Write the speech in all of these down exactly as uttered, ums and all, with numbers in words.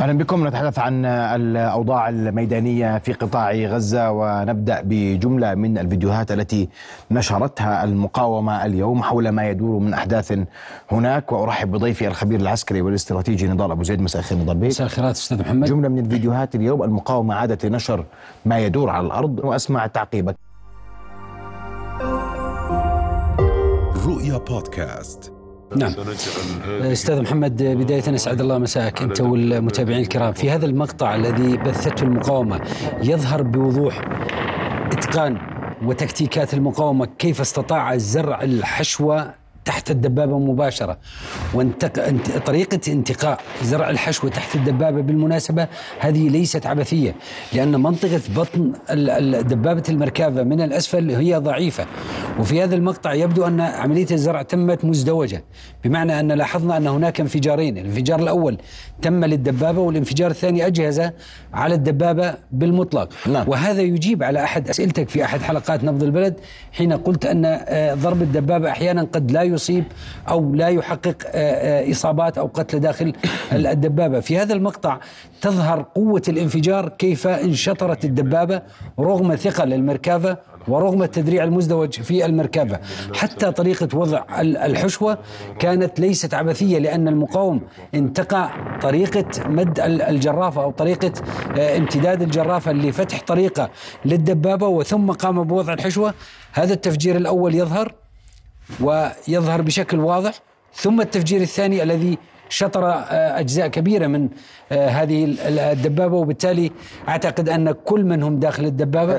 أهلا بكم. نتحدث عن الأوضاع الميدانية في قطاع غزة، ونبدأ بجملة من الفيديوهات التي نشرتها المقاومة اليوم حول ما يدور من أحداث هناك. وأرحب بضيفي الخبير العسكري والاستراتيجي نضال أبو زيد. مساء الخير نضال بيه. مساء الخيرات أستاذ محمد. جملة من الفيديوهات اليوم المقاومة عادت لنشر ما يدور على الأرض، وأسمع تعقيبك. رؤيا بودكاست. نعم أستاذ محمد، بداية أسعد الله مساءك أنت والمتابعين الكرام. في هذا المقطع الذي بثته المقاومة يظهر بوضوح إتقان وتكتيكات المقاومة، كيف استطاع زرع الحشوة تحت الدبابة مباشرة، وطريقة انتقاء زرع الحشوة تحت الدبابة بالمناسبة هذه ليست عبثية، لأن منطقة بطن دبابة المركبة من الأسفل هي ضعيفة. وفي هذا المقطع يبدو أن عملية الزرع تمت مزدوجة، بمعنى أن لاحظنا أن هناك انفجارين، الانفجار الأول تم للدبابة والانفجار الثاني أجهزة على الدبابة بالمطلق. نعم. وهذا يجيب على أحد أسئلتك في أحد حلقات نبض البلد حين قلت أن ضرب الدبابة أحيانا قد لا يصيب أو لا يحقق إصابات أو قتل داخل الدبابة. في هذا المقطع تظهر قوة الانفجار، كيف انشطرت الدبابة رغم ثقل المركبة ورغم التدريع المزدوج في المركبة. حتى طريقة وضع الحشوة كانت ليست عبثية، لأن المقاوم انتقى طريقة مد الجرافة أو طريقة امتداد الجرافة لفتح طريقة للدبابة، وثم قام بوضع الحشوة. هذا التفجير الأول يظهر ويظهر بشكل واضح، ثم التفجير الثاني الذي شطر أجزاء كبيرة من هذه الدبابة، وبالتالي أعتقد أن كل من هم داخل الدبابة.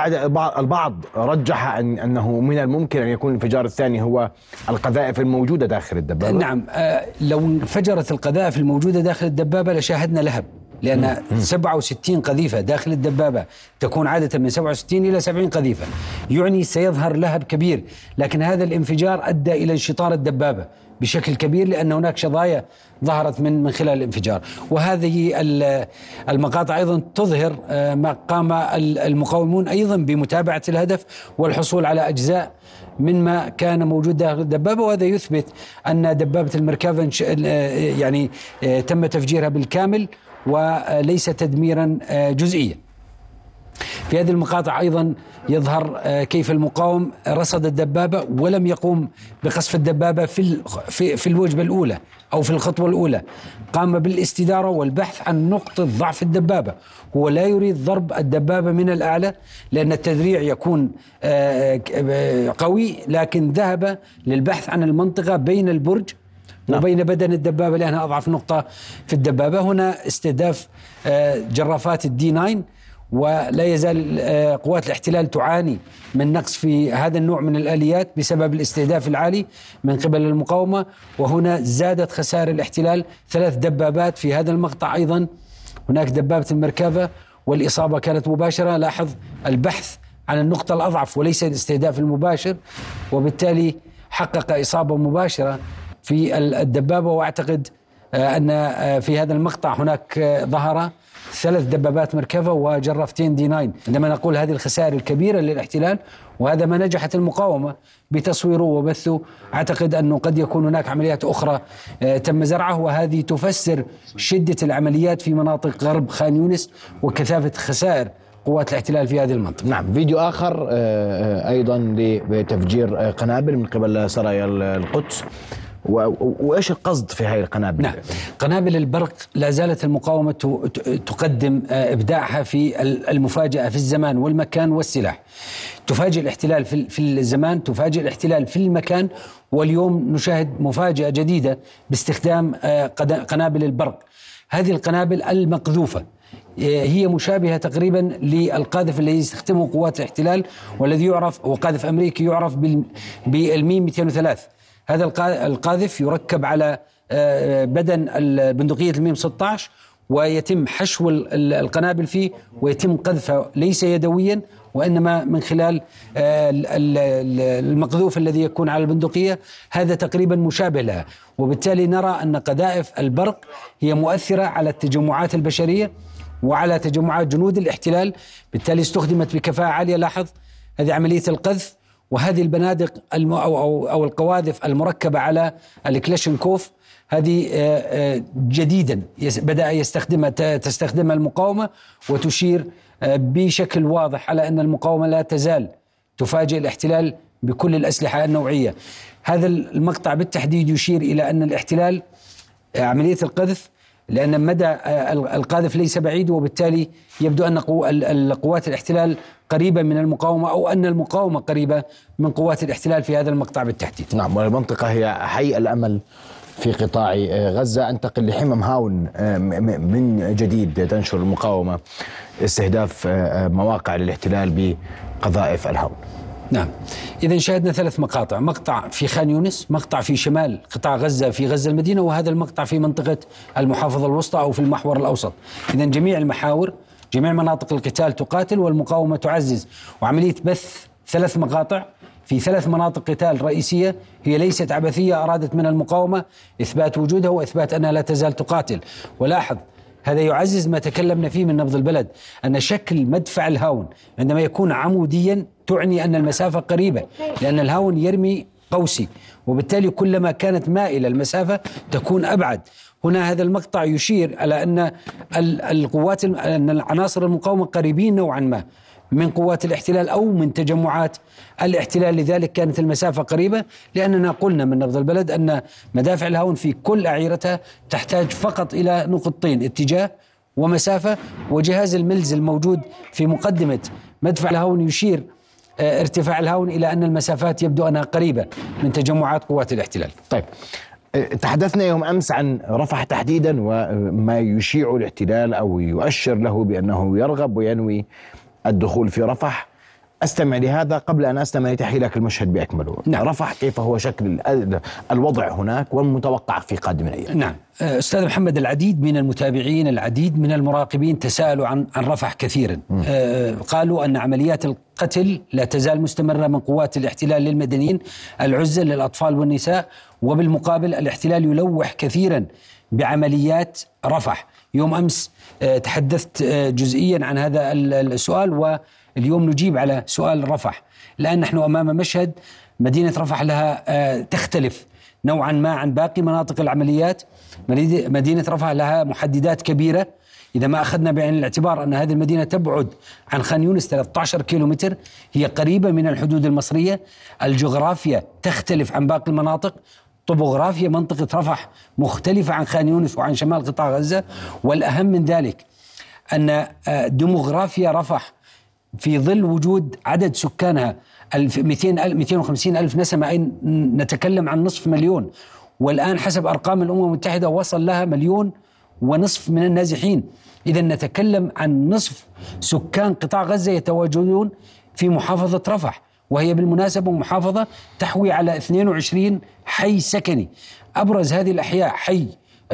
البعض رجح أن أنه من الممكن أن يكون الانفجار الثاني هو القذائف الموجودة داخل الدبابة. نعم، لو انفجرت القذائف الموجودة داخل الدبابة لشاهدنا لهب، لأن سبعة وستين قذيفة داخل الدبابة تكون عادة من سبعة وستين إلى سبعين قذيفة، يعني سيظهر لهب كبير. لكن هذا الانفجار أدى إلى انشطار الدبابة بشكل كبير، لأن هناك شظايا ظهرت من من خلال الانفجار. وهذه المقاطع أيضا تظهر ما قام المقاومون أيضا بمتابعة الهدف والحصول على أجزاء مما كان موجود داخل الدبابة، وهذا يثبت أن دبابة المركبة يعني تم تفجيرها بالكامل وليس تدميرا جزئيا. في هذه المقاطع أيضا يظهر كيف المقاوم رصد الدبابة ولم يقوم بقصف الدبابة في في في الوجبة الأولى أو في الخطوة الأولى، قام بالاستدارة والبحث عن نقطة ضعف الدبابة. هو لا يريد ضرب الدبابة من الأعلى لأن التدريع يكون قوي، لكن ذهب للبحث عن المنطقة بين البرج وبين بدن الدبابة لأنها أضعف نقطة في الدبابة. هنا استهداف جرافات الدي تسعة، ولا يزال قوات الاحتلال تعاني من نقص في هذا النوع من الآليات بسبب الاستهداف العالي من قبل المقاومة. وهنا زادت خسائر الاحتلال، ثلاث دبابات في هذا المقطع. أيضا هناك دبابة المركبة والإصابة كانت مباشرة. لاحظ البحث عن النقطة الأضعف وليس الاستهداف المباشر، وبالتالي حقق إصابة مباشرة في الدبابة. وأعتقد أن في هذا المقطع هناك ظهر ثلاث دبابات مركبة وجرافتين دي تسعة. عندما نقول هذه الخسائر الكبيرة للاحتلال، وهذا ما نجحت المقاومة بتصويره وبثه، أعتقد أنه قد يكون هناك عمليات أخرى تم زرعه، وهذه تفسر شدة العمليات في مناطق غرب خان يونس وكثافة خسائر قوات الاحتلال في هذه المنطقة. نعم. فيديو آخر أيضا لتفجير قنابل من قبل سرايا القدس، وإيش القصد في هذه القنابل؟ نعم، قنابل البرق لا زالت المقاومة تقدم إبداعها في المفاجأة في الزمان والمكان والسلاح. تفاجئ الاحتلال في الزمان، تفاجئ الاحتلال في المكان، واليوم نشاهد مفاجأة جديدة باستخدام قنابل البرق. هذه القنابل المقذوفة هي مشابهة تقريبا للقاذف الذي يستخدمه قوات الاحتلال والذي يعرف هو قاذف أمريكي يعرف بالميم مئتين وثلاثة. هذا القاذف يركب على بدن البندقية الميم ستة عشر، ويتم حشو القنابل فيه ويتم قذفه ليس يدويا وإنما من خلال المقذوف الذي يكون على البندقية. هذا تقريبا مشابه لها، وبالتالي نرى أن قذائف البرق هي مؤثرة على التجمعات البشرية وعلى تجمعات جنود الاحتلال، بالتالي استخدمت بكفاءة عالية. لاحظ هذه عملية القذف، وهذه البنادق الم... أو, أو, أو القواذف المركبة على الكلاشينكوف هذه جديدا بدأ يستخدمها تستخدمها المقاومة، وتشير بشكل واضح على أن المقاومة لا تزال تفاجئ الاحتلال بكل الأسلحة النوعية. هذا المقطع بالتحديد يشير إلى أن الاحتلال عملية القذف، لأن مدى القاذف ليس بعيد، وبالتالي يبدو أن قوات الاحتلال قريبة من المقاومة، أو أن المقاومة قريبة من قوات الاحتلال في هذا المقطع بالتحديد. نعم، والمنطقة هي حي الأمل في قطاع غزة. أنتقل لحمم هاون من جديد. تنشر المقاومة استهداف مواقع للاحتلال بقذائف الهاون. نعم، إذا شاهدنا ثلاث مقاطع: مقطع في خان يونس، مقطع في شمال قطاع غزة في غزة المدينة، وهذا المقطع في منطقة المحافظة الوسطى أو في المحور الأوسط. إذا جميع المحاور، جميع مناطق القتال تقاتل والمقاومة تعزز، وعملية بث ثلاث مقاطع في ثلاث مناطق قتال رئيسية هي ليست عبثية، أرادت من المقاومة إثبات وجودها وإثبات أنها لا تزال تقاتل. ولاحظ هذا يعزز ما تكلمنا فيه من نبض البلد، أن شكل مدفع الهاون عندما يكون عموديا تعني أن المسافة قريبة، لأن الهاون يرمي قوسي، وبالتالي كلما كانت مائلة المسافة تكون أبعد. هنا هذا المقطع يشير على أن القوات أن العناصر المقاومة قريبين نوعا ما من قوات الاحتلال أو من تجمعات الاحتلال، لذلك كانت المسافة قريبة، لأننا قلنا من نبض البلد أن مدافع الهاون في كل أعيرتها تحتاج فقط إلى نقطتين: اتجاه ومسافة. وجهاز الملز الموجود في مقدمة مدفع الهاون يشير ارتفاع الهاون إلى أن المسافات يبدو أنها قريبة من تجمعات قوات الاحتلال. طيب، تحدثنا يوم أمس عن رفح تحديدا وما يشيع الاحتلال أو يؤشر له بأنه يرغب وينوي الدخول في رفح. أستمع لهذا قبل أن أستمع لتحليلك المشهد بأكمله. نعم. رفح كيف هو شكل الوضع هناك والمتوقع في قادم الأيام؟ نعم أستاذ محمد، العديد من المتابعين العديد من المراقبين تساءلوا عن عن رفح كثيرا. آه قالوا أن عمليات القتل لا تزال مستمرة من قوات الاحتلال للمدنيين، العزل للأطفال والنساء، وبالمقابل الاحتلال يلوح كثيرا بعمليات رفح. يوم أمس آه تحدثت آه جزئيا عن هذا السؤال، واليوم نجيب على سؤال رفح، لأن نحن أمام مشهد مدينة رفح لها آه تختلف نوعا ما عن باقي مناطق العمليات. مدينة رفح لها محددات كبيرة. إذا ما أخذنا بعين الاعتبار أن هذه المدينة تبعد عن خان يونس ثلاثة عشر كيلومتر، هي قريبة من الحدود المصرية. الجغرافيا تختلف عن باقي المناطق، طبوغرافيا منطقة رفح مختلفة عن خان يونس وعن شمال قطاع غزة. والأهم من ذلك أن ديموغرافيا رفح في ظل وجود عدد سكانها مئتين وخمسين ألف نسمة، أي نتكلم عن نصف مليون، والآن حسب أرقام الأمم المتحدة وصل لها مليون ونصف من النازحين. إذا نتكلم عن نصف سكان قطاع غزة يتواجدون في محافظة رفح، وهي بالمناسبة محافظة تحوي على اثنين وعشرين حي سكني. أبرز هذه الأحياء حي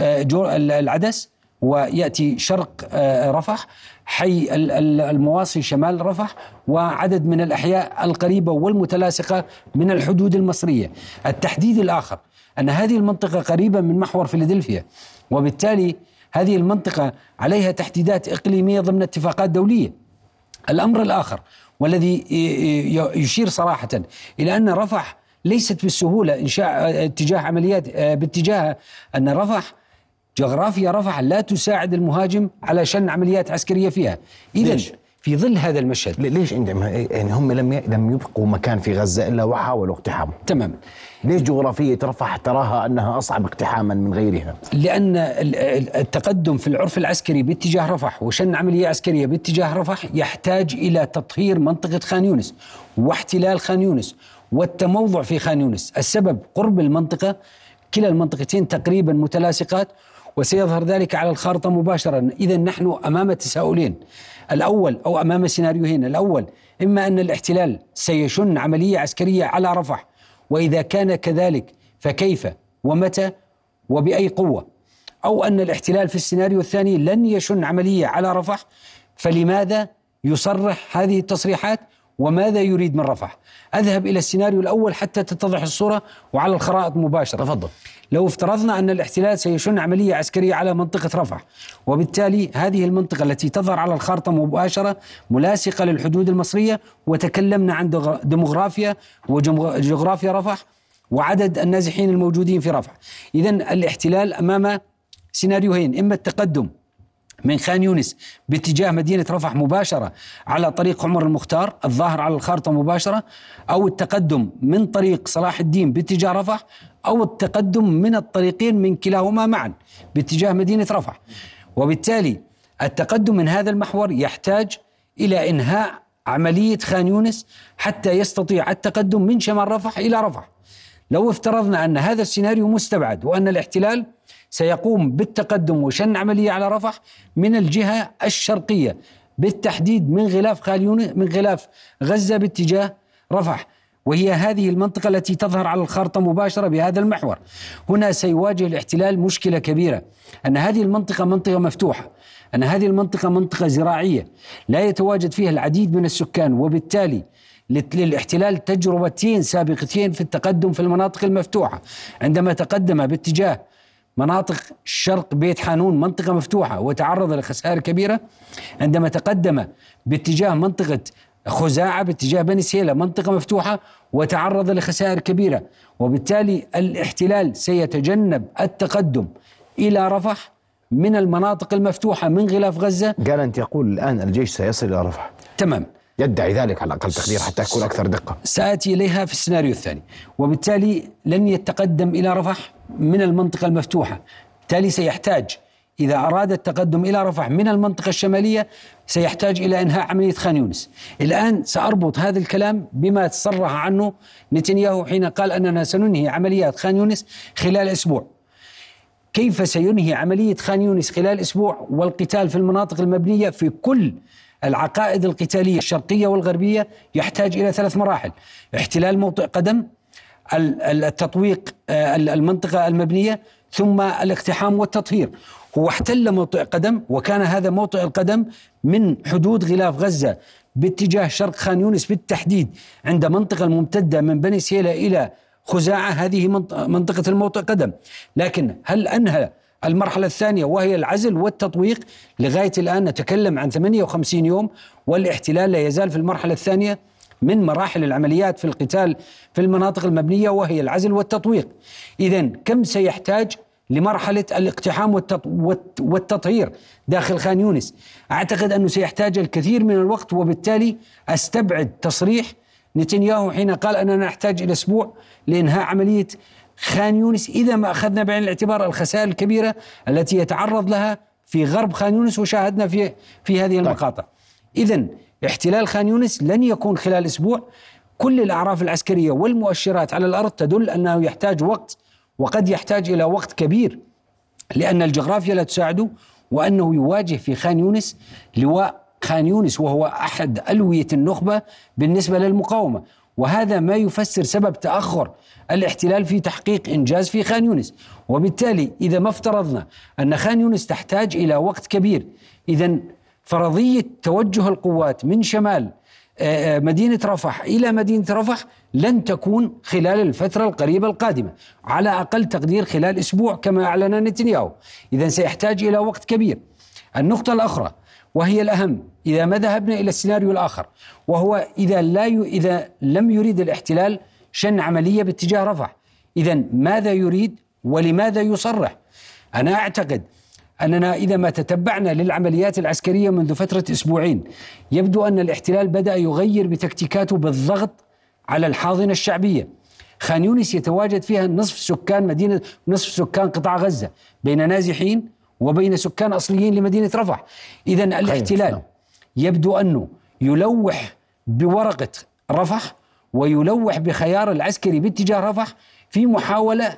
العدس، ويأتي شرق رفح، حي المواصي شمال رفح، وعدد من الأحياء القريبة والمتلاصقة من الحدود المصرية. التحديد الآخر أن هذه المنطقة قريبة من محور فيلادلفيا، وبالتالي هذه المنطقة عليها تحديدات إقليمية ضمن اتفاقات دولية. الأمر الآخر والذي يشير صراحة إلى أن رفح ليست بالسهولة إنشاء اتجاه عمليات باتجاه أن رفح جغرافيا رفح لا تساعد المهاجم على شن عمليات عسكرية فيها. إذن في ظل هذا المشهد ليش عندهم يعني هم لم لم يبقوا مكان في غزة إلا وحاولوا اقتحامه تماما؟ ليش جغرافية رفح تراها أنها أصعب اقتحاما من غيرها؟ لأن التقدم في العرف العسكري باتجاه رفح وشن عملية عسكرية باتجاه رفح يحتاج إلى تطهير منطقة خان يونس واحتلال خان يونس والتموضع في خان يونس. السبب قرب المنطقة، كلا المنطقتين تقريبا متلاصقات، وسيظهر ذلك على الخارطة مباشرة. إذا نحن أمام تساؤلين، الأول أو أمام سيناريوهين. الأول إما أن الاحتلال سيشن عملية عسكرية على رفح، وإذا كان كذلك فكيف ومتى وبأي قوة، أو أن الاحتلال في السيناريو الثاني لن يشن عملية على رفح، فلماذا يصرح هذه التصريحات وماذا يريد من رفح؟ أذهب إلى السيناريو الأول حتى تتضح الصورة وعلى الخرائط مباشرة. تفضل. لو افترضنا أن الاحتلال سيشن عملية عسكرية على منطقة رفح، وبالتالي هذه المنطقة التي تظهر على الخارطة مباشرة ملاصقة للحدود المصرية، وتكلمنا عن ديموغرافيا وجغرافيا رفح وعدد النازحين الموجودين في رفح. إذن الاحتلال أمام سيناريوهين: إما التقدم من خان يونس باتجاه مدينة رفح مباشرة على طريق عمر المختار الظاهر على الخارطة مباشرة، أو التقدم من طريق صلاح الدين باتجاه رفح، أو التقدم من الطريقين من كلاهما معا باتجاه مدينة رفح. وبالتالي التقدم من هذا المحور يحتاج إلى إنهاء عملية خان يونس حتى يستطيع التقدم من شمال رفح إلى رفح. لو افترضنا أن هذا السيناريو مستبعد وأن الاحتلال سيقوم بالتقدم وشن عملية على رفح من الجهة الشرقية، بالتحديد من غلاف خان يونس من غلاف غزة باتجاه رفح، وهي هذه المنطقة التي تظهر على الخارطة مباشرة بهذا المحور، هنا سيواجه الاحتلال مشكلة كبيرة، أن هذه المنطقة منطقة مفتوحة، أن هذه المنطقة منطقة زراعية لا يتواجد فيها العديد من السكان، وبالتالي للاحتلال تجربتين سابقتين في التقدم في المناطق المفتوحة. عندما تقدم باتجاه مناطق شرق بيت حانون منطقة مفتوحة وتعرض لخسائر كبيرة، عندما تقدم باتجاه منطقة خزاعة باتجاه بني سهيلة منطقة مفتوحة وتعرض لخسائر كبيرة. وبالتالي الاحتلال سيتجنب التقدم إلى رفح من المناطق المفتوحة من غلاف غزة. قال أنت يقول الآن الجيش سيصل إلى رفح. تمام، يدعي ذلك على أقل تقدير حتى أكون أكثر دقة. سآتي إليها في السيناريو الثاني. وبالتالي لن يتقدم إلى رفح من المنطقة المفتوحة، بالتالي سيحتاج إذا أراد التقدم إلى رفح من المنطقة الشمالية سيحتاج إلى إنهاء عملية خان يونس. الآن سأربط هذا الكلام بما صرح عنه نتنياهو حين قال أننا سننهي عمليات خان يونس خلال أسبوع. كيف سينهي عملية خان يونس خلال أسبوع والقتال في المناطق المبنية في كل العقائد القتالية الشرقية والغربية يحتاج إلى ثلاث مراحل: احتلال موطئ قدم، التطويق المنطقة المبنية، ثم الاقتحام والتطهير. هو احتل موطئ قدم، وكان هذا موطئ القدم من حدود غلاف غزة باتجاه شرق خان يونس بالتحديد عند منطقة الممتدة من بني سهيلة إلى خزاعة، هذه منطقة الموطئ قدم. لكن هل أنهى المرحلة الثانية وهي العزل والتطويق؟ لغاية الآن نتكلم عن ثمانية وخمسين يوم والاحتلال لا يزال في المرحلة الثانية من مراحل العمليات في القتال في المناطق المبنية وهي العزل والتطويق. إذن كم سيحتاج لمرحلة الاقتحام والتطهير داخل خان يونس؟ أعتقد أنه سيحتاج الكثير من الوقت، وبالتالي أستبعد تصريح نتنياهو حين قال أننا نحتاج إلى أسبوع لإنهاء عملية خان يونس، إذا ما أخذنا بعين الاعتبار الخسائر الكبيرة التي يتعرض لها في غرب خان يونس وشاهدنا في في هذه المقاطع. إذن احتلال خان يونس لن يكون خلال أسبوع. كل الأعراف العسكرية والمؤشرات على الأرض تدل أنه يحتاج وقت، وقد يحتاج إلى وقت كبير لأن الجغرافيا لا تساعده، وأنه يواجه في خان يونس لواء خان يونس وهو أحد ألوية النخبة بالنسبة للمقاومة، وهذا ما يفسر سبب تأخر الاحتلال في تحقيق إنجاز في خان يونس. وبالتالي إذا ما افترضنا أن خان يونس تحتاج إلى وقت كبير، إذن فرضية توجه القوات من شمال مدينة رفح إلى مدينة رفح لن تكون خلال الفترة القريبة القادمة، على أقل تقدير خلال أسبوع كما أعلن نتنياهو. إذن سيحتاج إلى وقت كبير. النقطة الأخرى وهي الأهم، إذا ما ذهبنا إلى السيناريو الآخر، وهو إذا لا ي... إذا لم يريد الاحتلال شن عملية باتجاه رفح، إذن ماذا يريد ولماذا يصرح؟ أنا أعتقد أننا إذا ما تتبعنا للعمليات العسكرية منذ فترة أسبوعين يبدو أن الاحتلال بدأ يغير بتكتيكاته بالضغط على الحاضنة الشعبية. خان يونس يتواجد فيها نصف سكان مدينة نصف سكان قطاع غزة، بين نازحين وبين سكان أصليين لمدينة رفح. إذن الاحتلال يبدو أنه يلوح بورقة رفح ويلوح بخيار العسكري باتجاه رفح في محاولة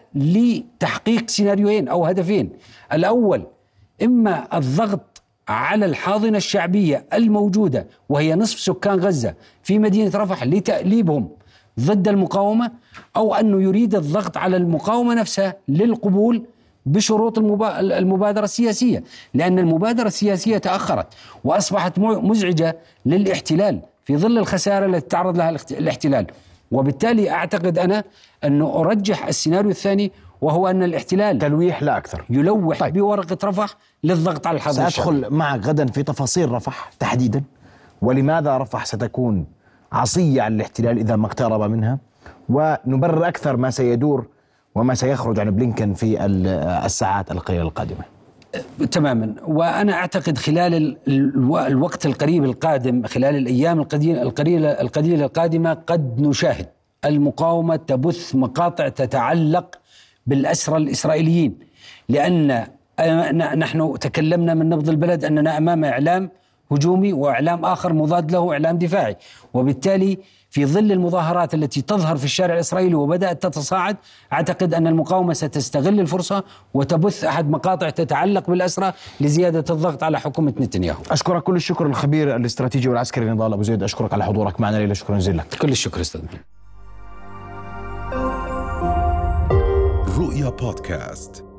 لتحقيق سيناريوين أو هدفين: الأول إما الضغط على الحاضنة الشعبية الموجودة وهي نصف سكان غزة في مدينة رفح لتأليبهم ضد المقاومة، أو أنه يريد الضغط على المقاومة نفسها للقبول بشروط المبادرة السياسية، لأن المبادرة السياسية تأخرت وأصبحت مزعجة للاحتلال في ظل الخسائر التي تعرض لها الاحتلال. وبالتالي أعتقد أنا أنه أرجح السيناريو الثاني، وهو أن الاحتلال تلويح لا أكثر يلوح طيب. بورقة رفح للضغط على الحاضنة الشعبية. سأدخل معك غدا في تفاصيل رفح تحديدا، ولماذا رفح ستكون عصية على الاحتلال إذا ما اقترب منها، ونبرر أكثر ما سيدور وما سيخرج عن بلينكن في الساعات القليلة القادمة. تماما. وأنا أعتقد خلال الوقت القريب القادم، خلال الأيام القليلة القليلة القادمة، قد نشاهد المقاومة تبث مقاطع تتعلق بالأسرى الإسرائيليين، لأن نحن تكلمنا من نبض البلد أننا أمام إعلام هجومي وإعلام آخر مضاد له إعلام دفاعي، وبالتالي في ظل المظاهرات التي تظهر في الشارع الإسرائيلي وبدأت تتصاعد، أعتقد أن المقاومة ستستغل الفرصة وتبث أحد مقاطع تتعلق بالأسرى لزيادة الضغط على حكومة نتنياهو. أشكرك كل الشكر الخبير الاستراتيجي والعسكري نضال أبو زيد، أشكرك على حضورك معنا ليلة، شكرا جزيلا. كل الشكر أستاذ. رؤيا بودكاست.